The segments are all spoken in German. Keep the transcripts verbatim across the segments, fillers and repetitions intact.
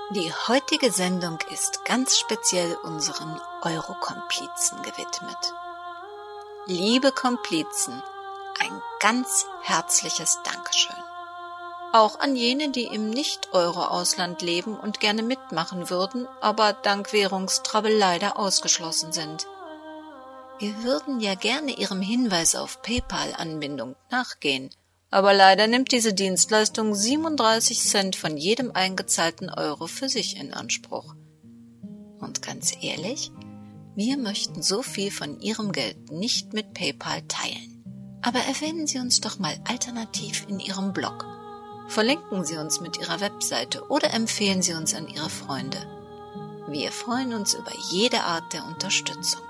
Die heutige Sendung ist ganz speziell unseren Eurokomplizen gewidmet. Liebe Komplizen, ein ganz herzliches Dankeschön. Auch an jene, die im Nicht-Euro-Ausland leben und gerne mitmachen würden, aber dank Währungstrabbel leider ausgeschlossen sind. Wir würden ja gerne Ihrem Hinweis auf PayPal-Anbindung nachgehen, aber leider nimmt diese Dienstleistung siebenunddreißig Cent von jedem eingezahlten Euro für sich in Anspruch. Und ganz ehrlich, wir möchten so viel von Ihrem Geld nicht mit PayPal teilen. Aber erwähnen Sie uns doch mal alternativ in Ihrem Blog. Verlinken Sie uns mit Ihrer Webseite oder empfehlen Sie uns an Ihre Freunde. Wir freuen uns über jede Art der Unterstützung.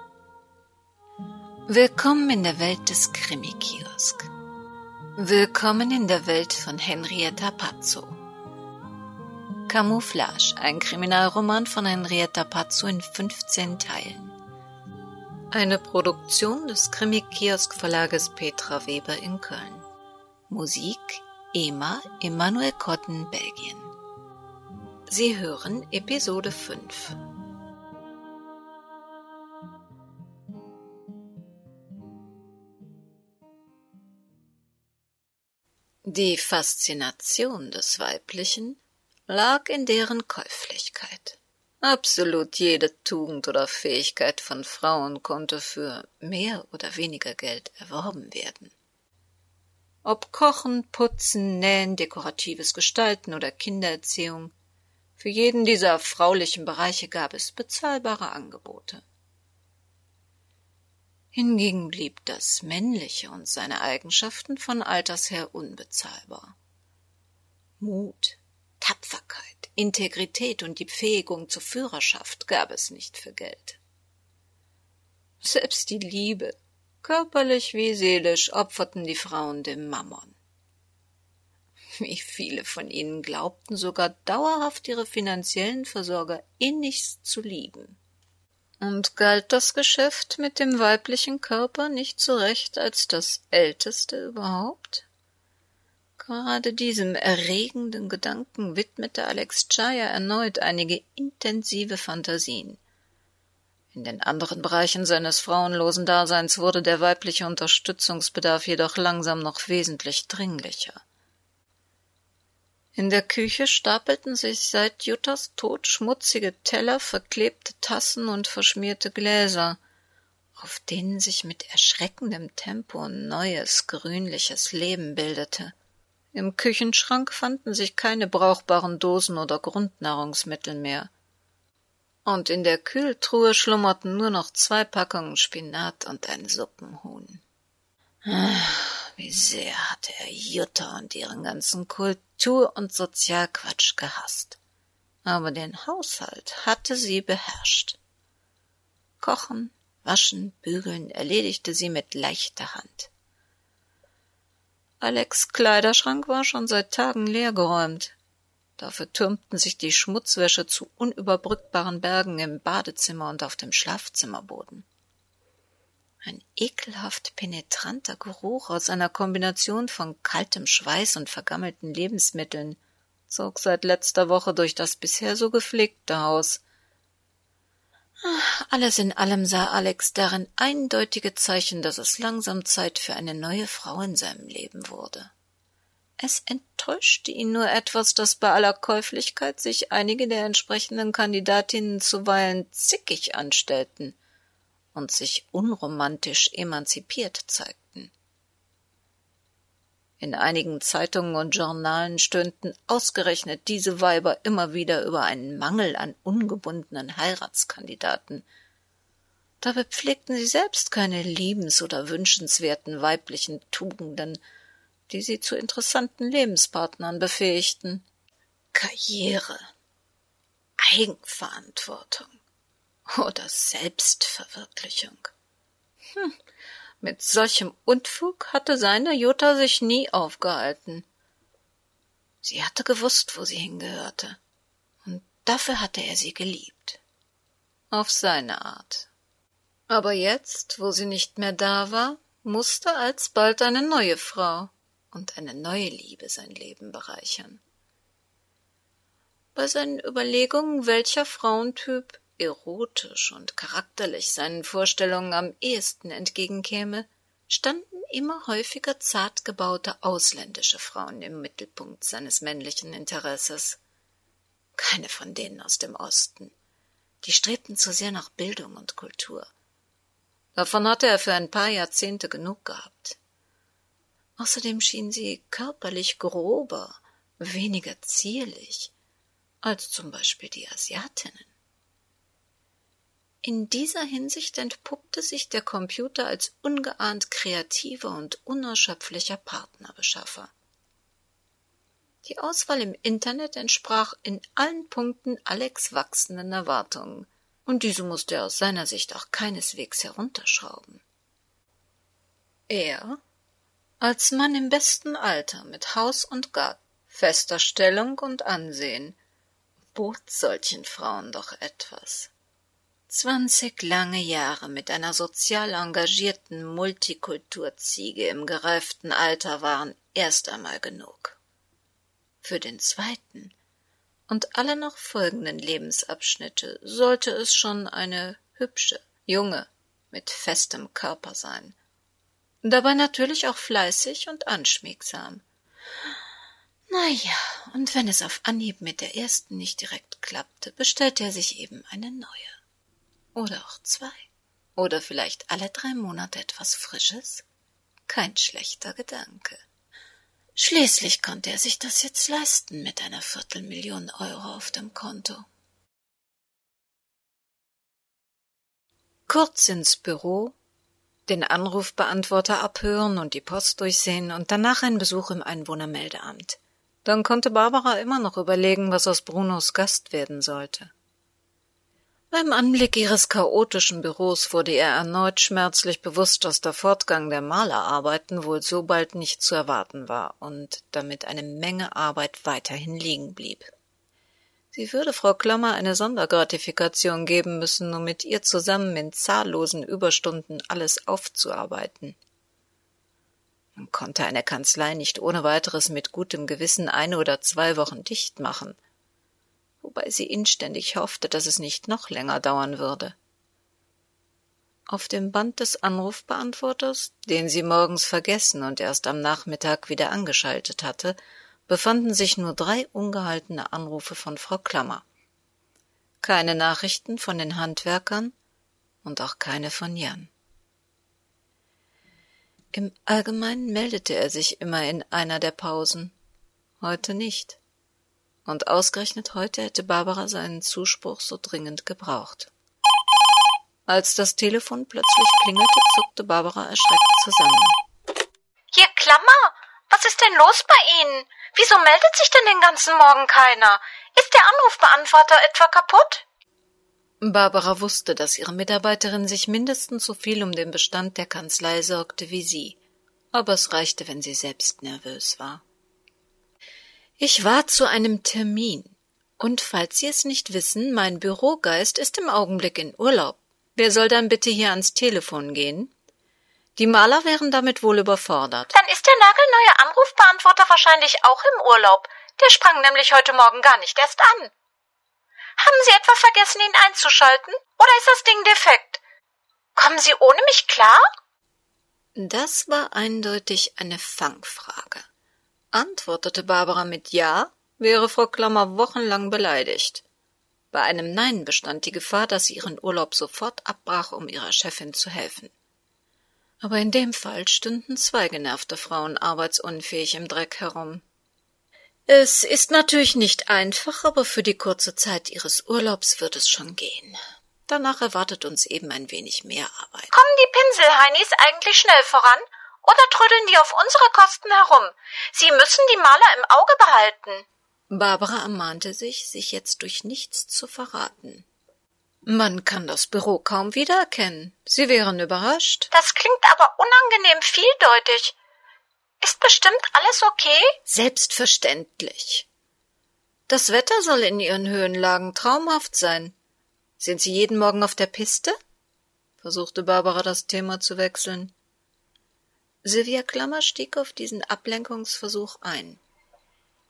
Willkommen in der Welt des Krimi-Kiosk. Willkommen in der Welt von Henrietta Pazzo. Camouflage, ein Kriminalroman von Henrietta Pazzo in fünfzehn Teilen. Eine Produktion des Krimi-Kiosk-Verlages Petra Weber in Köln. Musik Ema Emanuel Kotten, Belgien. Sie hören Episode fünf. Die Faszination des Weiblichen lag in deren Käuflichkeit. Absolut jede Tugend oder Fähigkeit von Frauen konnte für mehr oder weniger Geld erworben werden. Ob Kochen, Putzen, Nähen, dekoratives Gestalten oder Kindererziehung, für jeden dieser fraulichen Bereiche gab es bezahlbare Angebote. Hingegen blieb das Männliche und seine Eigenschaften von alters her unbezahlbar. Mut, Tapferkeit, Integrität und die Befähigung zur Führerschaft gab es nicht für Geld. Selbst die Liebe, körperlich wie seelisch, opferten die Frauen dem Mammon. Wie viele von ihnen glaubten sogar dauerhaft ihre finanziellen Versorger innigst zu lieben. Und galt das Geschäft mit dem weiblichen Körper nicht so recht als das älteste überhaupt? Gerade diesem erregenden Gedanken widmete Alex Chaya erneut einige intensive Fantasien. In den anderen Bereichen seines frauenlosen Daseins wurde der weibliche Unterstützungsbedarf jedoch langsam noch wesentlich dringlicher. In der Küche stapelten sich seit Juttas Tod schmutzige Teller, verklebte Tassen und verschmierte Gläser, auf denen sich mit erschreckendem Tempo neues, grünliches Leben bildete. Im Küchenschrank fanden sich keine brauchbaren Dosen oder Grundnahrungsmittel mehr. Und in der Kühltruhe schlummerten nur noch zwei Packungen Spinat und ein Suppenhuhn. Wie sehr hatte er Jutta und ihren ganzen Kultur- und Sozialquatsch gehasst. Aber den Haushalt hatte sie beherrscht. Kochen, waschen, bügeln erledigte sie mit leichter Hand. Alex' Kleiderschrank war schon seit Tagen leergeräumt. Dafür türmten sich die Schmutzwäsche zu unüberbrückbaren Bergen im Badezimmer und auf dem Schlafzimmerboden. Ein ekelhaft penetranter Geruch aus einer Kombination von kaltem Schweiß und vergammelten Lebensmitteln zog seit letzter Woche durch das bisher so gepflegte Haus. Alles in allem sah Alex darin eindeutige Zeichen, dass es langsam Zeit für eine neue Frau in seinem Leben wurde. Es enttäuschte ihn nur etwas, dass bei aller Käuflichkeit sich einige der entsprechenden Kandidatinnen zuweilen zickig anstellten und sich unromantisch emanzipiert zeigten. In einigen Zeitungen und Journalen stöhnten ausgerechnet diese Weiber immer wieder über einen Mangel an ungebundenen Heiratskandidaten. Dabei pflegten sie selbst keine liebens- oder wünschenswerten weiblichen Tugenden, die sie zu interessanten Lebenspartnern befähigten. Karriere, Eigenverantwortung oder Selbstverwirklichung. Hm, mit solchem Unfug hatte seine Jutta sich nie aufgehalten. Sie hatte gewusst, wo sie hingehörte, und dafür hatte er sie geliebt. Auf seine Art. Aber jetzt, wo sie nicht mehr da war, musste alsbald eine neue Frau und eine neue Liebe sein Leben bereichern. Bei seinen Überlegungen, welcher Frauentyp erotisch und charakterlich seinen Vorstellungen am ehesten entgegenkäme, standen immer häufiger zart gebaute ausländische Frauen im Mittelpunkt seines männlichen Interesses. Keine von denen aus dem Osten. Die strebten zu sehr nach Bildung und Kultur. Davon hatte er für ein paar Jahrzehnte genug gehabt. Außerdem schienen sie körperlich grober, weniger zierlich als zum Beispiel die Asiatinnen. In dieser Hinsicht entpuppte sich der Computer als ungeahnt kreativer und unerschöpflicher Partnerbeschaffer. Die Auswahl im Internet entsprach in allen Punkten Alex' wachsenden Erwartungen, und diese musste er aus seiner Sicht auch keineswegs herunterschrauben. Er, als Mann im besten Alter, mit Haus und Garten, fester Stellung und Ansehen, bot solchen Frauen doch etwas. Zwanzig lange Jahre mit einer sozial engagierten Multikulturziege im gereiften Alter waren erst einmal genug. Für den zweiten und alle noch folgenden Lebensabschnitte sollte es schon eine hübsche, junge, mit festem Körper sein. Dabei natürlich auch fleißig und anschmiegsam. Na ja, und wenn es auf Anhieb mit der ersten nicht direkt klappte, bestellte er sich eben eine neue. Oder auch zwei. Oder vielleicht alle drei Monate etwas Frisches. Kein schlechter Gedanke. Schließlich konnte er sich das jetzt leisten mit einer Viertelmillion Euro auf dem Konto. Kurz ins Büro, den Anrufbeantworter abhören und die Post durchsehen und danach ein Besuch im Einwohnermeldeamt. Dann konnte Barbara immer noch überlegen, was aus Brunos Gast werden sollte. Beim Anblick ihres chaotischen Büros wurde ihr erneut schmerzlich bewusst, dass der Fortgang der Malerarbeiten wohl so bald nicht zu erwarten war und damit eine Menge Arbeit weiterhin liegen blieb. Sie würde Frau Klammer eine Sondergratifikation geben müssen, um mit ihr zusammen in zahllosen Überstunden alles aufzuarbeiten. Man konnte eine Kanzlei nicht ohne weiteres mit gutem Gewissen eine oder zwei Wochen dicht machen, wobei sie inständig hoffte, dass es nicht noch länger dauern würde. Auf dem Band des Anrufbeantworters, den sie morgens vergessen und erst am Nachmittag wieder angeschaltet hatte, befanden sich nur drei ungehaltene Anrufe von Frau Klammer. Keine Nachrichten von den Handwerkern und auch keine von Jan. Im Allgemeinen meldete er sich immer in einer der Pausen, heute nicht. Und ausgerechnet heute hätte Barbara seinen Zuspruch so dringend gebraucht. Als das Telefon plötzlich klingelte, zuckte Barbara erschreckt zusammen. Hier, Klammer, was ist denn los bei Ihnen? Wieso meldet sich denn den ganzen Morgen keiner? Ist der Anrufbeantworter etwa kaputt? Barbara wusste, dass ihre Mitarbeiterin sich mindestens so viel um den Bestand der Kanzlei sorgte wie sie, aber es reichte, wenn sie selbst nervös war. Ich war zu einem Termin, und falls Sie es nicht wissen, mein Bürogeist ist im Augenblick in Urlaub. Wer soll dann bitte hier ans Telefon gehen? Die Maler wären damit wohl überfordert. Dann ist der nagelneue Anrufbeantworter wahrscheinlich auch im Urlaub. Der sprang nämlich heute Morgen gar nicht erst an. Haben Sie etwa vergessen, ihn einzuschalten? Oder ist das Ding defekt? Kommen Sie ohne mich klar? Das war eindeutig eine Fangfrage. Antwortete Barbara mit Ja, wäre Frau Klammer wochenlang beleidigt. Bei einem Nein bestand die Gefahr, dass sie ihren Urlaub sofort abbrach, um ihrer Chefin zu helfen. Aber in dem Fall stünden zwei genervte Frauen arbeitsunfähig im Dreck herum. Es ist natürlich nicht einfach, aber für die kurze Zeit ihres Urlaubs wird es schon gehen. Danach erwartet uns eben ein wenig mehr Arbeit. Kommen die Pinselheinis eigentlich schnell voran? Oder trödeln die auf unsere Kosten herum? Sie müssen die Maler im Auge behalten. Barbara ermahnte sich, sich jetzt durch nichts zu verraten. Man kann das Büro kaum wiedererkennen. Sie wären überrascht. Das klingt aber unangenehm vieldeutig. Ist bestimmt alles okay? Selbstverständlich. Das Wetter soll in Ihren Höhenlagen traumhaft sein. Sind Sie jeden Morgen auf der Piste? Versuchte Barbara, das Thema zu wechseln. Sylvia Klammer stieg auf diesen Ablenkungsversuch ein.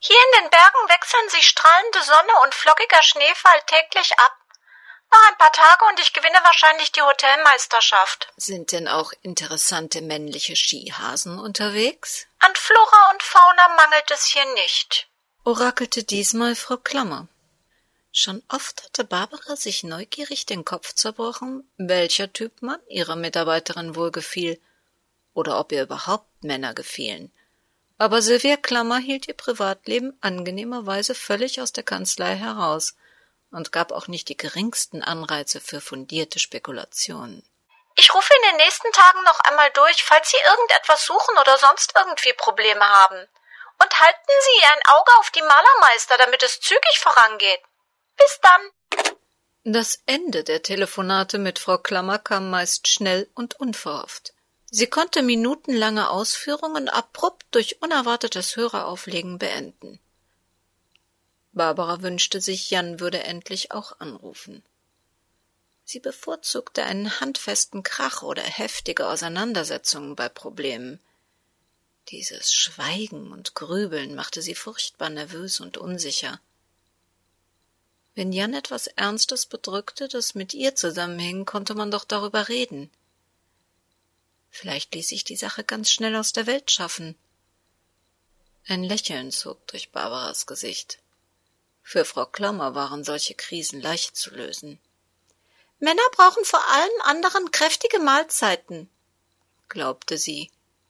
Hier in den Bergen wechseln sich strahlende Sonne und flockiger Schneefall täglich ab. Noch ein paar Tage und ich gewinne wahrscheinlich die Hotelmeisterschaft. Sind denn auch interessante männliche Skihasen unterwegs? An Flora und Fauna mangelt es hier nicht, orakelte diesmal Frau Klammer. Schon oft hatte Barbara sich neugierig den Kopf zerbrochen, welcher Typ Mann ihrer Mitarbeiterin wohl gefiel oder ob ihr überhaupt Männer gefielen. Aber Sylvia Klammer hielt ihr Privatleben angenehmerweise völlig aus der Kanzlei heraus und gab auch nicht die geringsten Anreize für fundierte Spekulationen. Ich rufe in den nächsten Tagen noch einmal durch, falls Sie irgendetwas suchen oder sonst irgendwie Probleme haben. Und halten Sie ein Auge auf die Malermeister, damit es zügig vorangeht. Bis dann. Das Ende der Telefonate mit Frau Klammer kam meist schnell und unverhofft. Sie konnte minutenlange Ausführungen abrupt durch unerwartetes Hörerauflegen beenden. Barbara wünschte sich, Jan würde endlich auch anrufen. Sie bevorzugte einen handfesten Krach oder heftige Auseinandersetzungen bei Problemen. Dieses Schweigen und Grübeln machte sie furchtbar nervös und unsicher. Wenn Jan etwas Ernstes bedrückte, das mit ihr zusammenhing, konnte man doch darüber reden. Vielleicht ließ sich die Sache ganz schnell aus der Welt schaffen. Ein Lächeln zog durch Barbaras Gesicht. Für Frau Klammer waren solche Krisen leicht zu lösen. Männer brauchen vor allen anderen kräftige Mahlzeiten, glaubte sie.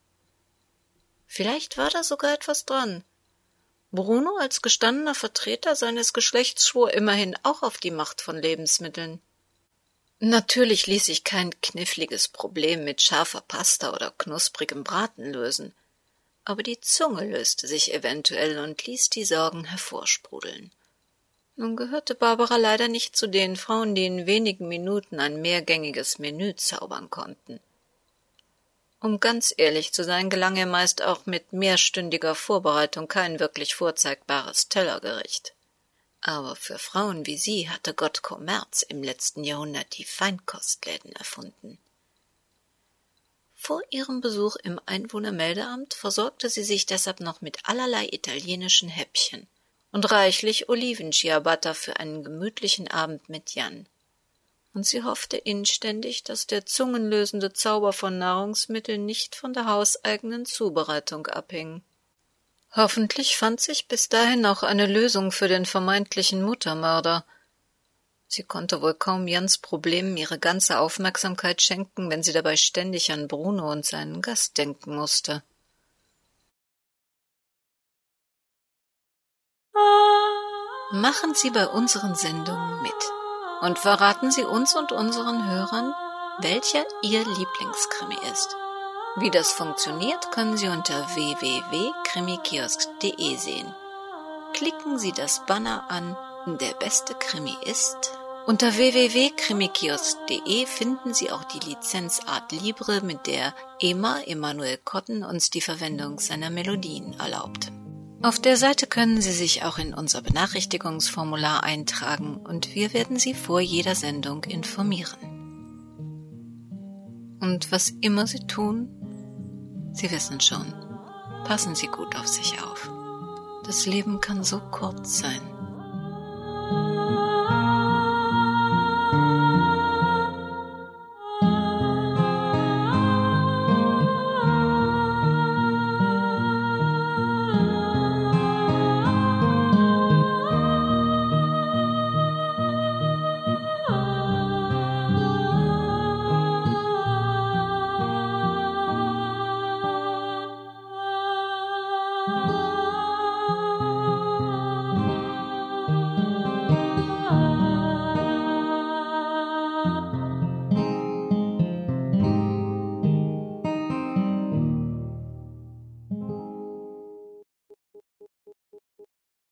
Vielleicht war da sogar etwas dran. Bruno als gestandener Vertreter seines Geschlechts schwor immerhin auch auf die Macht von Lebensmitteln. Natürlich ließ sich kein kniffliges Problem mit scharfer Pasta oder knusprigem Braten lösen, aber die Zunge löste sich eventuell und ließ die Sorgen hervorsprudeln. Nun gehörte Barbara leider nicht zu den Frauen, die in wenigen Minuten ein mehrgängiges Menü zaubern konnten. Um ganz ehrlich zu sein, gelang ihr meist auch mit mehrstündiger Vorbereitung kein wirklich vorzeigbares Tellergericht. Aber für Frauen wie sie hatte Gott Kommerz im letzten Jahrhundert die Feinkostläden erfunden. Vor ihrem Besuch im Einwohnermeldeamt versorgte sie sich deshalb noch mit allerlei italienischen Häppchen und reichlich Oliven-Ciabatta für einen gemütlichen Abend mit Jan. Und sie hoffte inständig, dass der zungenlösende Zauber von Nahrungsmitteln nicht von der hauseigenen Zubereitung abhing. Hoffentlich fand sich bis dahin auch eine Lösung für den vermeintlichen Muttermörder. Sie konnte wohl kaum Jans Problemen ihre ganze Aufmerksamkeit schenken, wenn sie dabei ständig an Bruno und seinen Gast denken musste. Machen Sie bei unseren Sendungen mit und verraten Sie uns und unseren Hörern, welcher Ihr Lieblingskrimi ist. Wie das funktioniert, können Sie unter w w w punkt krimikiosk punkt de sehen. Klicken Sie das Banner an »Der beste Krimi ist«. Unter w w w punkt krimikiosk punkt de finden Sie auch die Lizenzart Libre, mit der Ema Emanuel Kotten uns die Verwendung seiner Melodien erlaubte. Auf der Seite können Sie sich auch in unser Benachrichtigungsformular eintragen und wir werden Sie vor jeder Sendung informieren. Und was immer Sie tun, Sie wissen schon, passen Sie gut auf sich auf. Das Leben kann so kurz sein.